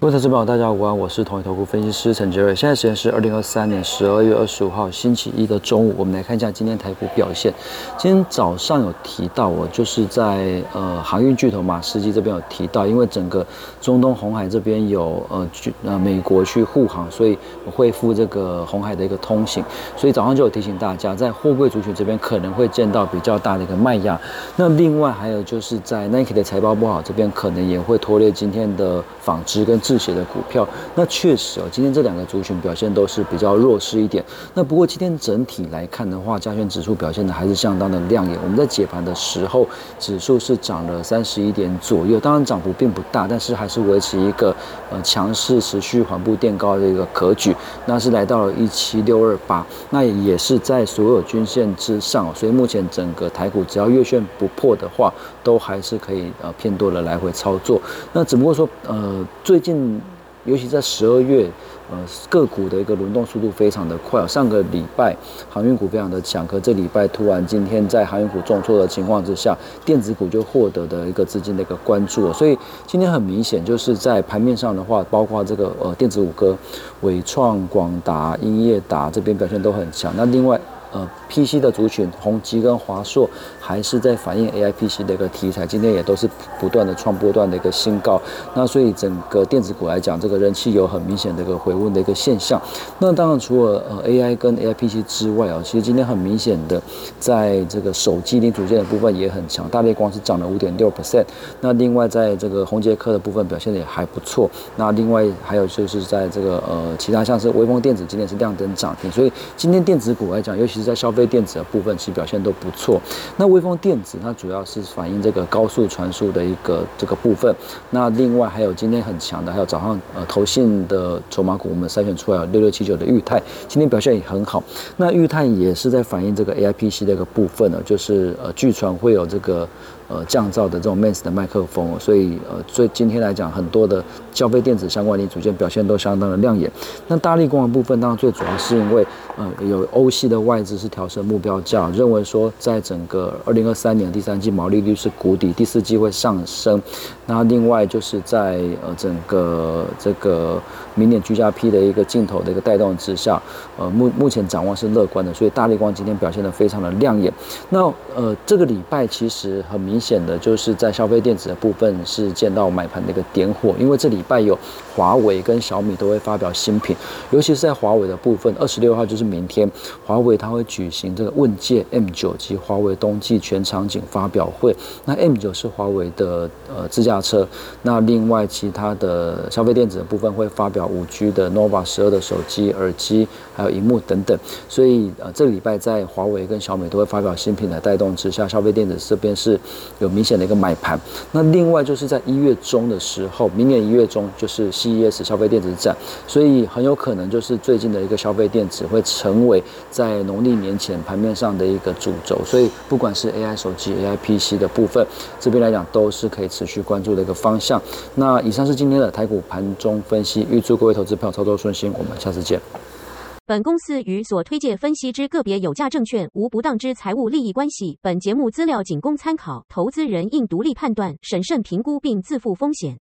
各位投资朋友，大家好，我是统一投顾分析师陈杰瑞。现在时间是2023年12月25号星期一的中午，我们来看一下今天台股表现。今天早上有提到，我就是在航运巨头马士基这边有提到，因为整个中东红海这边有美国去护航，所以恢复这个红海的一个通行，所以早上就有提醒大家，在货柜族群这边可能会见到比较大的一个卖压。那另外还有就是在 Nike 的财报不好这边，可能也会拖累今天的纺织跟制鞋的股票。那确实今天这两个族群表现都是比较弱势一点。那不过今天整体来看的话，加权指数表现的还是相当的亮眼。我们在解盘的时候，指数是涨了31点左右，当然涨幅并不大，但是还是维持一个强势持续缓步垫高的一个格局。那是来到了17628，那也是在所有均线之上，所以目前整个台股只要月线不破的话，都还是可以偏多的来回操作。那只不过说最近尤其在12月，个股的一个轮动速度非常的快。上个礼拜航运股非常的强，可这礼拜突然今天在航运股重挫的情况之下，电子股就获得的一个资金的一个关注。所以今天很明显就是在盘面上的话，包括这个电子五哥伟创、广达、英业达这边表现都很强。那另外PC 的族群，宏基跟华硕还是在反映 AIPC 的一个题材，今天也都是不断的创波段的一个新高。那所以整个电子股来讲，这个人气有很明显的一个回温的一个现象。那当然除了AI 跟 AIPC 之外其实今天很明显的在这个手机零组件的部分也很强，大立光是涨了5.6%。那另外在这个宏捷科的部分表现的也还不错。那另外还有就是在这个其他像是微风电子今天是亮灯涨停，所以今天电子股来讲，尤其是在消费电子的部分，其实表现都不错。那微风电子它主要是反映这个高速传输的一个这个部分。那另外还有今天很强的，还有早上投信的筹码股，我们筛选出来6679的裕泰，今天表现也很好。那裕泰也是在反映这个 AIPC 的一个部分就是据传会有这个降噪的这种 MEMS 的麦克风，所以今天来讲，很多的消费电子相关零组件表现都相当的亮眼。那大立光的部分，当然最主要是因为有欧系的外资是调升目标价，认为说在整个2023年第三季毛利率是谷底，第四季会上升。那另外就是在整个这个明年居家 P 的一个镜头的一个带动之下，目前展望是乐观的，所以大立光今天表现得非常的亮眼。那这个礼拜其实很明显的就是在消费电子的部分是见到买盘的一个点火，因为这礼拜有华为跟小米都会发表新品，尤其是在华为的部分，26号就是明天，华为它会举行这个问界 M9 及华为冬季全场景发表会。那 M9 是华为的自驾车，那另外其他的消费电子的部分会发表5G 的 Nova 12的手机、耳机，还有萤幕等等。所以这个礼拜在华为跟小米都会发表新品的带动之下，消费电子这边是有明显的一个买盘。那另外就是在1月中的时候，明年1月中就是 CES 消费电子展，所以很有可能就是最近的一个消费电子会成为在农历年前盘面上的一个主轴。所以不管是 AI 手机、AIPC 的部分，这边来讲都是可以持续关注的一个方向。那以上是今天的台股盘中分析，预祝各位投资朋友操作顺心，我们下次见。 本公司与所推介分析之个别有价证券无不当之财务利益关系，本节目资料仅供参考，投资人应独立判断、审慎评估并自负风险。